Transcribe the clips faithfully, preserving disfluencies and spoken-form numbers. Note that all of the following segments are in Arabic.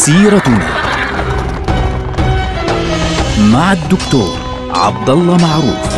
سيرتنا مع الدكتور عبد الله معروف.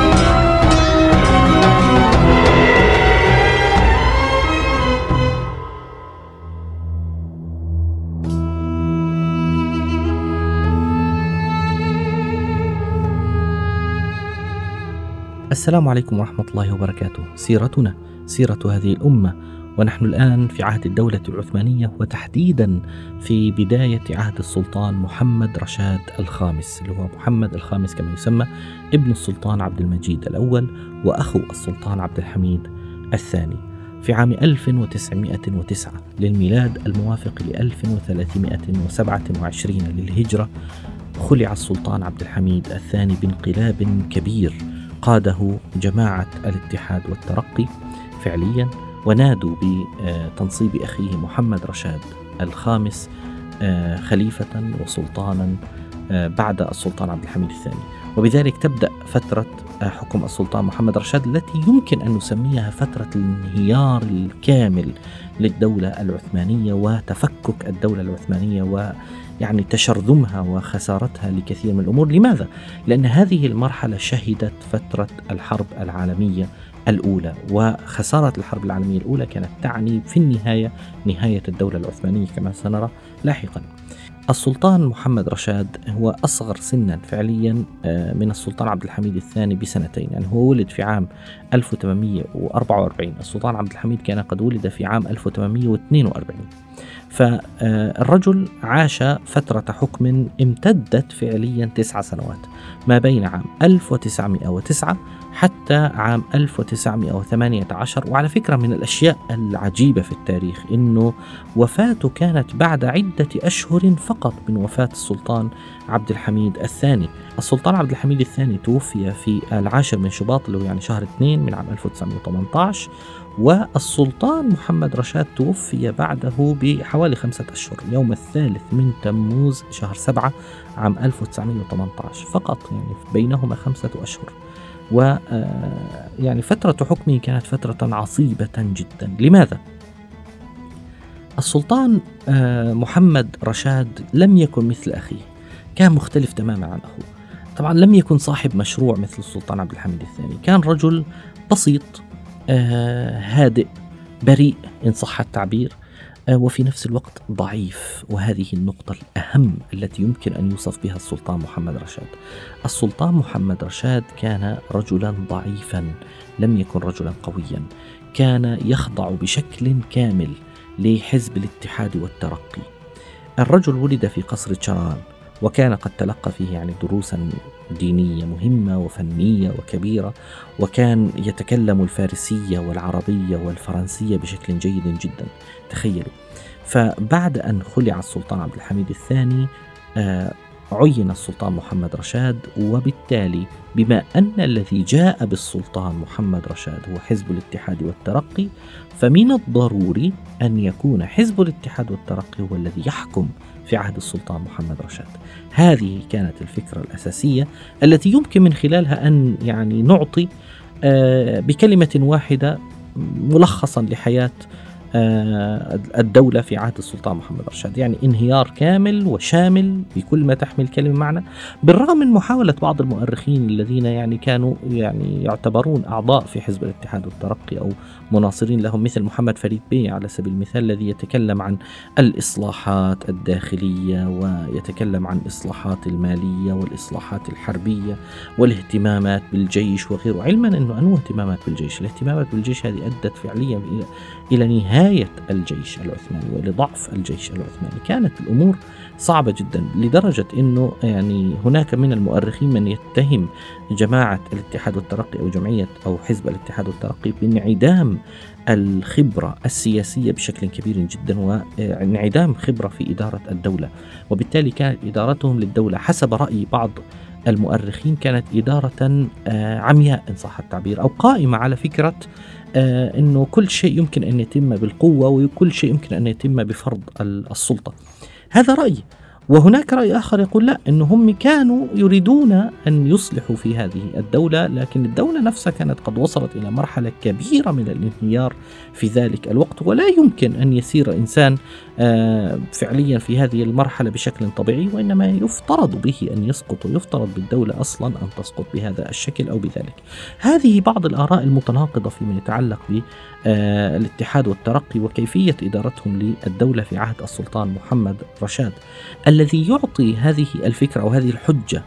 السلام عليكم ورحمة الله وبركاته. سيرتنا سيرة هذه الأمة، ونحن الآن في عهد الدولة العثمانية، وتحديدا في بداية عهد السلطان محمد رشاد الخامس، اللي هو محمد الخامس كما يسمى، ابن السلطان عبد المجيد الأول وأخو السلطان عبد الحميد الثاني. في عام ألف وتسعمائة وتسعة للميلاد الموافق ل ألف وثلاثمائة وسبعة وعشرين للهجرة، خلع السلطان عبد الحميد الثاني بانقلاب كبير قاده جماعة الاتحاد والترقي فعليا، ونادوا بتنصيب أخيه محمد رشاد الخامس خليفة وسلطانا بعد السلطان عبد الحميد الثاني. وبذلك تبدأ فترة حكم السلطان محمد رشاد التي يمكن أن نسميها فترة الانهيار الكامل للدولة العثمانية وتفكك الدولة العثمانية ويعني تشرذمها وخسارتها لكثير من الأمور. لماذا؟ لأن هذه المرحلة شهدت فترة الحرب العالمية الأولى، وخسارة الحرب العالمية الأولى كانت تعني في النهاية نهاية الدولة العثمانية كما سنرى لاحقا. السلطان محمد رشاد هو أصغر سنا فعليا من السلطان عبد الحميد الثاني بسنتين، يعني هو ولد في عام ألف وثمانمائة وأربعة وأربعين، السلطان عبد الحميد كان قد ولد في عام ألف وثمانمائة واثنين وأربعين. فالرجل عاش فترة حكم امتدت فعليا تسع سنوات، ما بين عام ألف وتسعمائة وتسعة حتى عام ألف وتسعمائة وثمانية عشر. وعلى فكرة من الأشياء العجيبة في التاريخ أنه وفاته كانت بعد عدة أشهر فقط من وفاة السلطان عبد الحميد الثاني. السلطان عبد الحميد الثاني توفي في العاشر من شباط، اللي هو يعني شهر اثنين من عام ألف وتسعمائة وثمانية عشر، والسلطان محمد رشاد توفي بعده بحوالي خمسة أشهر، يوم الثالث من تموز شهر سبعة عام ألف وتسعمائة وثمانية عشر، فقط يعني بينهما خمسة أشهر. و يعني فترة حكمه كانت فترة عصيبة جدا. لماذا؟ السلطان محمد رشاد لم يكن مثل أخيه، كان مختلف تماما عن أخوه. طبعا لم يكن صاحب مشروع مثل السلطان عبد الحميد الثاني، كان رجل بسيط هادئ بريء إن صح التعبير، وفي نفس الوقت ضعيف. وهذه النقطة الأهم التي يمكن أن يوصف بها السلطان محمد رشاد. السلطان محمد رشاد كان رجلا ضعيفا، لم يكن رجلا قويا، كان يخضع بشكل كامل لحزب الاتحاد والترقي. الرجل ولد في قصر تشران، وكان قد تلقى فيه يعني دروسا دينية مهمة وفنية وكبيرة، وكان يتكلم الفارسية والعربية والفرنسية بشكل جيد جدا. تخيلوا. فبعد أن خلع السلطان عبد الحميد الثاني عين السلطان محمد رشاد، وبالتالي بما أن الذي جاء بالسلطان محمد رشاد هو حزب الاتحاد والترقي، فمن الضروري أن يكون حزب الاتحاد والترقي هو الذي يحكم في عهد السلطان محمد رشاد. هذه كانت الفكرة الأساسية التي يمكن من خلالها أن يعني نعطي بكلمة واحدة ملخصا لحياة الدولة في عهد السلطان محمد رشاد، يعني انهيار كامل وشامل بكل ما تحمل كلمة معنى، بالرغم من محاولة بعض المؤرخين الذين يعني كانوا يعني يعتبرون أعضاء في حزب الاتحاد والترقي أو مناصرين لهم، مثل محمد فريد بيه على سبيل المثال، الذي يتكلم عن الإصلاحات الداخلية ويتكلم عن الإصلاحات المالية والإصلاحات الحربية والاهتمامات بالجيش وغيره، علما أنه أنه اهتمامات بالجيش الاهتمامات بالجيش هذه أدت فعليا إلى إلى نهاية الجيش العثماني ولضعف الجيش العثماني. كانت الأمور صعبة جدا، لدرجة أنه يعني هناك من المؤرخين من يتهم جماعة الاتحاد والترقي أو جمعية أو حزب الاتحاد والترقي بانعدام الخبرة السياسية بشكل كبير جدا، وانعدام خبرة في إدارة الدولة، وبالتالي كانت إدارتهم للدولة حسب رأي بعض المؤرخين كانت إدارة عمياء إن صح التعبير، أو قائمة على فكرة أنه كل شيء يمكن أن يتم بالقوة وكل شيء يمكن أن يتم بفرض السلطة. هذا رأي، وهناك رأي آخر يقول لا، أنهم كانوا يريدون أن يصلحوا في هذه الدولة، لكن الدولة نفسها كانت قد وصلت إلى مرحلة كبيرة من الانهيار في ذلك الوقت، ولا يمكن أن يسير إنسان فعليا في هذه المرحلة بشكل طبيعي، وإنما يفترض به أن يسقط، ويفترض بالدولة أصلا أن تسقط بهذا الشكل أو بذلك. هذه بعض الآراء المتناقضة فيما يتعلق بالاتحاد والترقي وكيفية إدارتهم للدولة في عهد السلطان محمد رشاد. الذي يعطي هذه الفكرة أو هذه الحجة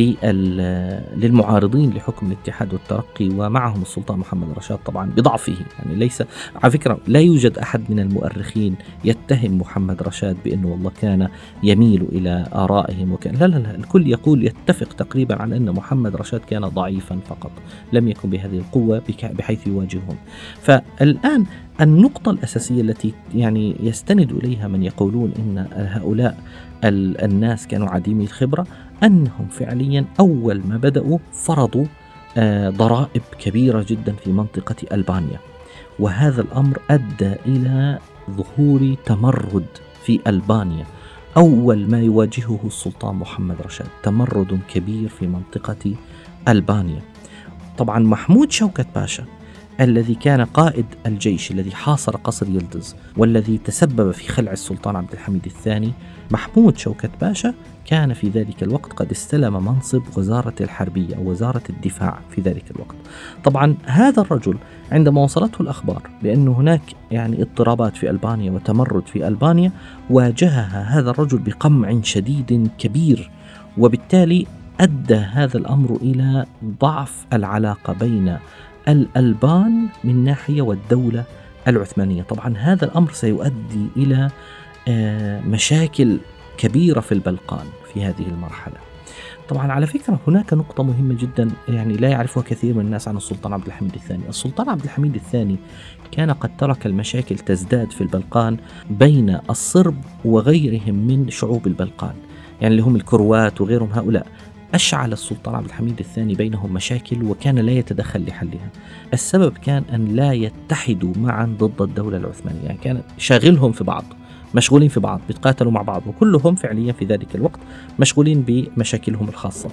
للمعارضين لحكم الاتحاد والترقي ومعهم السلطان محمد رشاد طبعا بضعفه، يعني ليس على فكرة لا يوجد أحد من المؤرخين يتهم محمد رشاد بأنه والله كان يميل إلى آرائهم وكان لا لا لا الكل يقول يتفق تقريبا على أن محمد رشاد كان ضعيفا فقط، لم يكن بهذه القوة بحيث يواجههم. فالآن النقطة الأساسية التي يعني يستند إليها من يقولون إن هؤلاء الناس كانوا عديمي الخبرة، أنهم فعليا أول ما بدأوا فرضوا ضرائب كبيرة جدا في منطقة ألبانيا، وهذا الأمر أدى إلى ظهور تمرد في ألبانيا. أول ما يواجهه السلطان محمد رشاد تمرد كبير في منطقة ألبانيا. طبعا محمود شوكت باشا الذي كان قائد الجيش الذي حاصر قصر يلدز والذي تسبب في خلع السلطان عبد الحميد الثاني، محمود شوكت باشا كان في ذلك الوقت قد استلم منصب وزارة الحربية أو وزارة الدفاع في ذلك الوقت. طبعا هذا الرجل عندما وصلته الأخبار بأن هناك يعني اضطرابات في ألبانيا وتمرد في ألبانيا، واجهها هذا الرجل بقمع شديد كبير، وبالتالي أدى هذا الأمر إلى ضعف العلاقة بين الألبان من ناحية والدولة العثمانية. طبعا هذا الأمر سيؤدي إلى مشاكل كبيرة في البلقان في هذه المرحلة. طبعا على فكرة هناك نقطة مهمة جدا يعني لا يعرفها كثير من الناس عن السلطان عبد الحميد الثاني. السلطان عبد الحميد الثاني كان قد ترك المشاكل تزداد في البلقان بين الصرب وغيرهم من شعوب البلقان، يعني اللي هم الكروات وغيرهم. هؤلاء أشعل السلطان عبد الحميد الثاني بينهم مشاكل وكان لا يتدخل لحلها. السبب كان أن لا يتحدوا معا ضد الدولة العثمانية، يعني كان شاغلهم في بعض، مشغولين في بعض، بيتقاتلوا مع بعض، وكلهم فعليا في ذلك الوقت مشغولين بمشاكلهم الخاصة.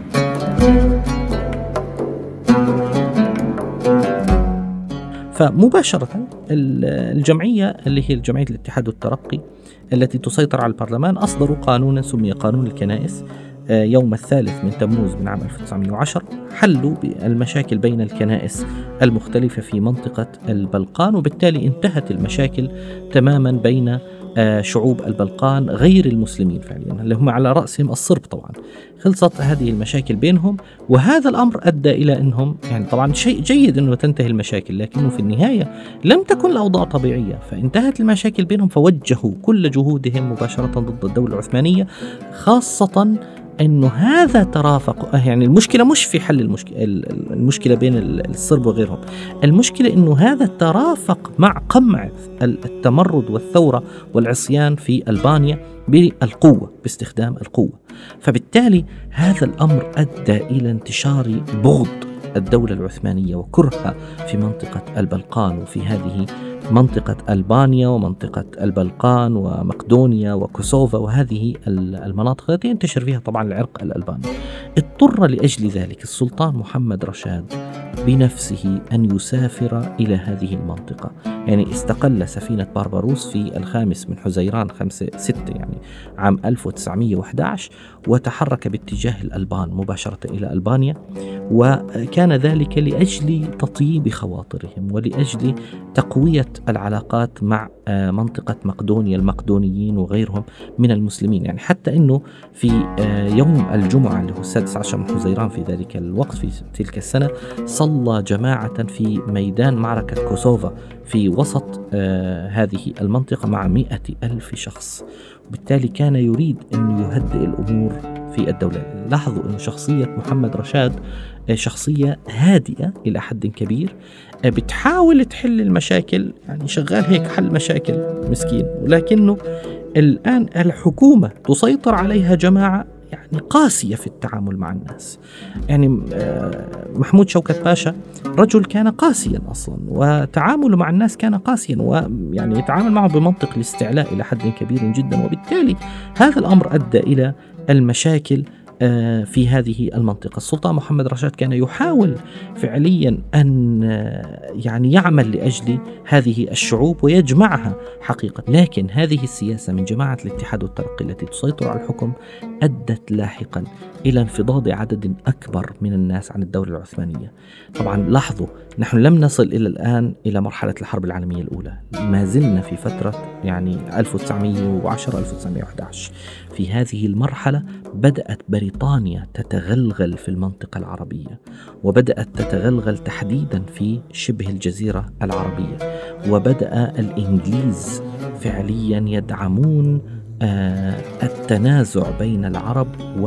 فمباشرة الجمعية اللي هي الجمعية الاتحاد والترقي التي تسيطر على البرلمان أصدروا قانونا سمي قانون الكنائس يوم الثالث من تموز من عام ألف وتسعمائة وعشرة، حلوا المشاكل بين الكنائس المختلفة في منطقة البلقان، وبالتالي انتهت المشاكل تماما بين شعوب البلقان غير المسلمين فعليا اللي هم على رأسهم الصرب. طبعا خلصت هذه المشاكل بينهم، وهذا الأمر أدى إلى أنهم يعني طبعا شيء جيد أنه تنتهي المشاكل، لكنه في النهاية لم تكن الأوضاع طبيعية، فانتهت المشاكل بينهم فوجهوا كل جهودهم مباشرة ضد الدولة العثمانية، خاصة أنه هذا ترافق. يعني المشكلة مش في حل المشكلة, المشكلة بين الصرب وغيرهم، المشكلة أنه هذا ترافق مع قمع التمرد والثورة والعصيان في ألبانيا بالقوة، باستخدام القوة. فبالتالي هذا الأمر أدى إلى انتشار بغض الدولة العثمانية وكرهها في منطقة البلقان، وفي هذه منطقة ألبانيا ومنطقة البلقان ومقدونيا وكوسوفا، وهذه المناطق التي ينتشر فيها طبعا العرق الألباني. اضطر لأجل ذلك السلطان محمد رشاد بنفسه أن يسافر إلى هذه المنطقة، يعني استقل سفينة بارباروس في الخامس من حزيران خمسة ستة يعني عام ألف وتسعمائة وأحد عشر، وتحرك باتجاه الألبان مباشرة إلى ألبانيا، وكان ذلك لأجل تطيب خواطرهم ولأجل تقوية العلاقات مع منطقة مقدونيا، المقدونيين وغيرهم من المسلمين. يعني حتى أنه في يوم الجمعة اللي هو السادس عشر من حزيران في ذلك الوقت في تلك السنة صلى جماعة في ميدان معركة كوسوفا في وسط آه هذه المنطقة مع مئة ألف شخص، وبالتالي كان يريد أن يهدئ الأمور في الدولة. لاحظوا أن شخصية محمد رشاد شخصية هادئة إلى حد كبير، بتحاول تحل المشاكل، يعني شغال هيك حل مشاكل مسكين، ولكنه الآن الحكومة تسيطر عليها جماعة يعني قاسية في التعامل مع الناس. يعني محمود شوكت باشا رجل كان قاسيا أصلا، وتعامله مع الناس كان قاسيا، ويعني يتعامل معه بمنطق الاستعلاء إلى حد كبير جدا، وبالتالي هذا الأمر أدى إلى المشاكل في هذه المنطقة. السلطان محمد رشاد كان يحاول فعليا أن يعني يعمل لأجل هذه الشعوب ويجمعها حقيقة، لكن هذه السياسة من جماعة الاتحاد والترقي التي تسيطر على الحكم أدت لاحقا إلى انفضاض عدد أكبر من الناس عن الدولة العثمانية. طبعا لاحظوا، نحن لم نصل إلى الآن إلى مرحلة الحرب العالمية الأولى، ما زلنا في فترة يعني ألف وتسعمئة وعشرة ألف وتسعمئة وأحد عشر. في هذه المرحلة بدأت بريطانيا تتغلغل في المنطقة العربية، وبدأت تتغلغل تحديدا في شبه الجزيرة العربية، وبدأ الإنجليز فعليا يدعمون آه التنازع بين العرب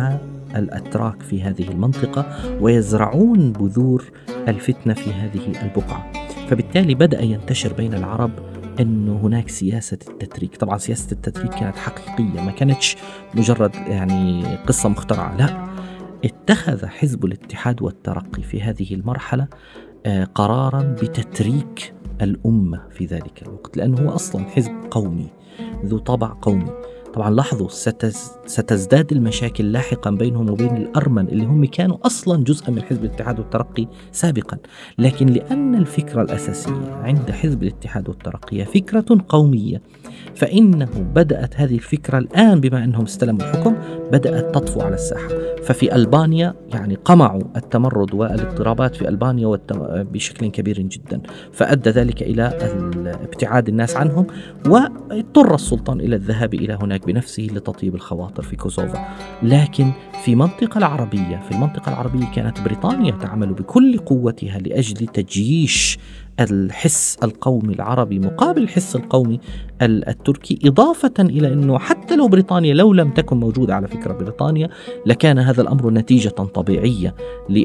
والأتراك في هذه المنطقة، ويزرعون بذور الفتنة في هذه البقعة. فبالتالي بدأ ينتشر بين العرب أنه هناك سياسة التتريك. طبعا سياسة التتريك كانت حقيقية، ما كانتش مجرد يعني قصة مخترعة، لا، اتخذ حزب الاتحاد والترقي في هذه المرحلة آه قرارا بتتريك الأمة في ذلك الوقت، لأنه هو أصلا حزب قومي ذو طابع قومي. طبعا لاحظوا ستز ستزداد المشاكل لاحقا بينهم وبين الأرمن اللي هم كانوا أصلا جزءا من حزب الاتحاد والترقي سابقا، لكن لأن الفكرة الأساسية عند حزب الاتحاد والترقي فكرة قومية، فإنه بدأت هذه الفكرة الآن بما أنهم استلموا الحكم بدأت تطفو على الساحة. ففي ألبانيا يعني قمعوا التمرد والاضطرابات في ألبانيا بشكل كبير جدا، فأدى ذلك إلى ابتعاد الناس عنهم، واضطر السلطان إلى الذهاب إلى هناك بنفسه لتطيب الخواطر في كوسوفا. لكن في المنطقة العربية في المنطقة العربية كانت بريطانيا تعمل بكل قوتها لأجل تجييش الحس القومي العربي مقابل الحس القومي التركي، إضافة إلى أنه حتى لو بريطانيا لو لم تكن موجودة على فكرة بريطانيا لكان هذا الأمر نتيجة طبيعية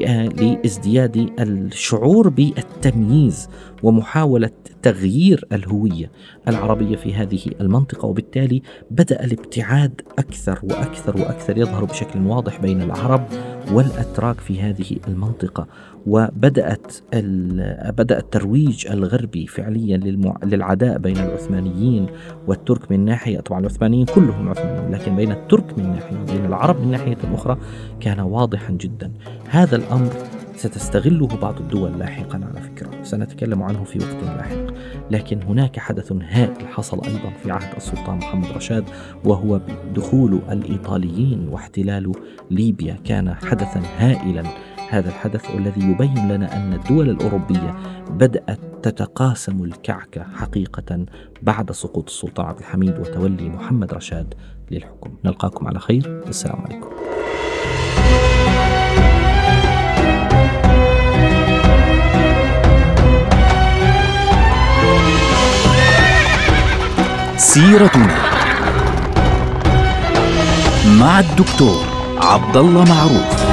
لازدياد الشعور بالتمييز ومحاولة تغيير الهوية العربية في هذه المنطقة، وبالتالي بدأ الابتعاد أكثر وأكثر وأكثر يظهر بشكل واضح بين العرب والأتراك في هذه المنطقة. وبدأت بدأ الترويج الغربي فعليا للمع... للعداء بين العثمانيين والترك من ناحية، طبعا العثمانيين كلهم عثمانيين، لكن بين الترك من ناحية وبين العرب من ناحية أخرى كان واضحا جدا. هذا الأمر ستستغله بعض الدول لاحقا على فكرة، سنتكلم عنه في وقت لاحق. لكن هناك حدث هائل حصل أيضا في عهد السلطان محمد رشاد، وهو دخول الإيطاليين واحتلال ليبيا. كان حدثا هائلا هذا الحدث، والذي يبين لنا أن الدول الأوروبية بدأت تتقاسم الكعكة حقيقة بعد سقوط السلطان عبد الحميد وتولي محمد رشاد للحكم. نلقاكم على خير، والسلام عليكم. سيرتنا مع الدكتور عبد الله معروف.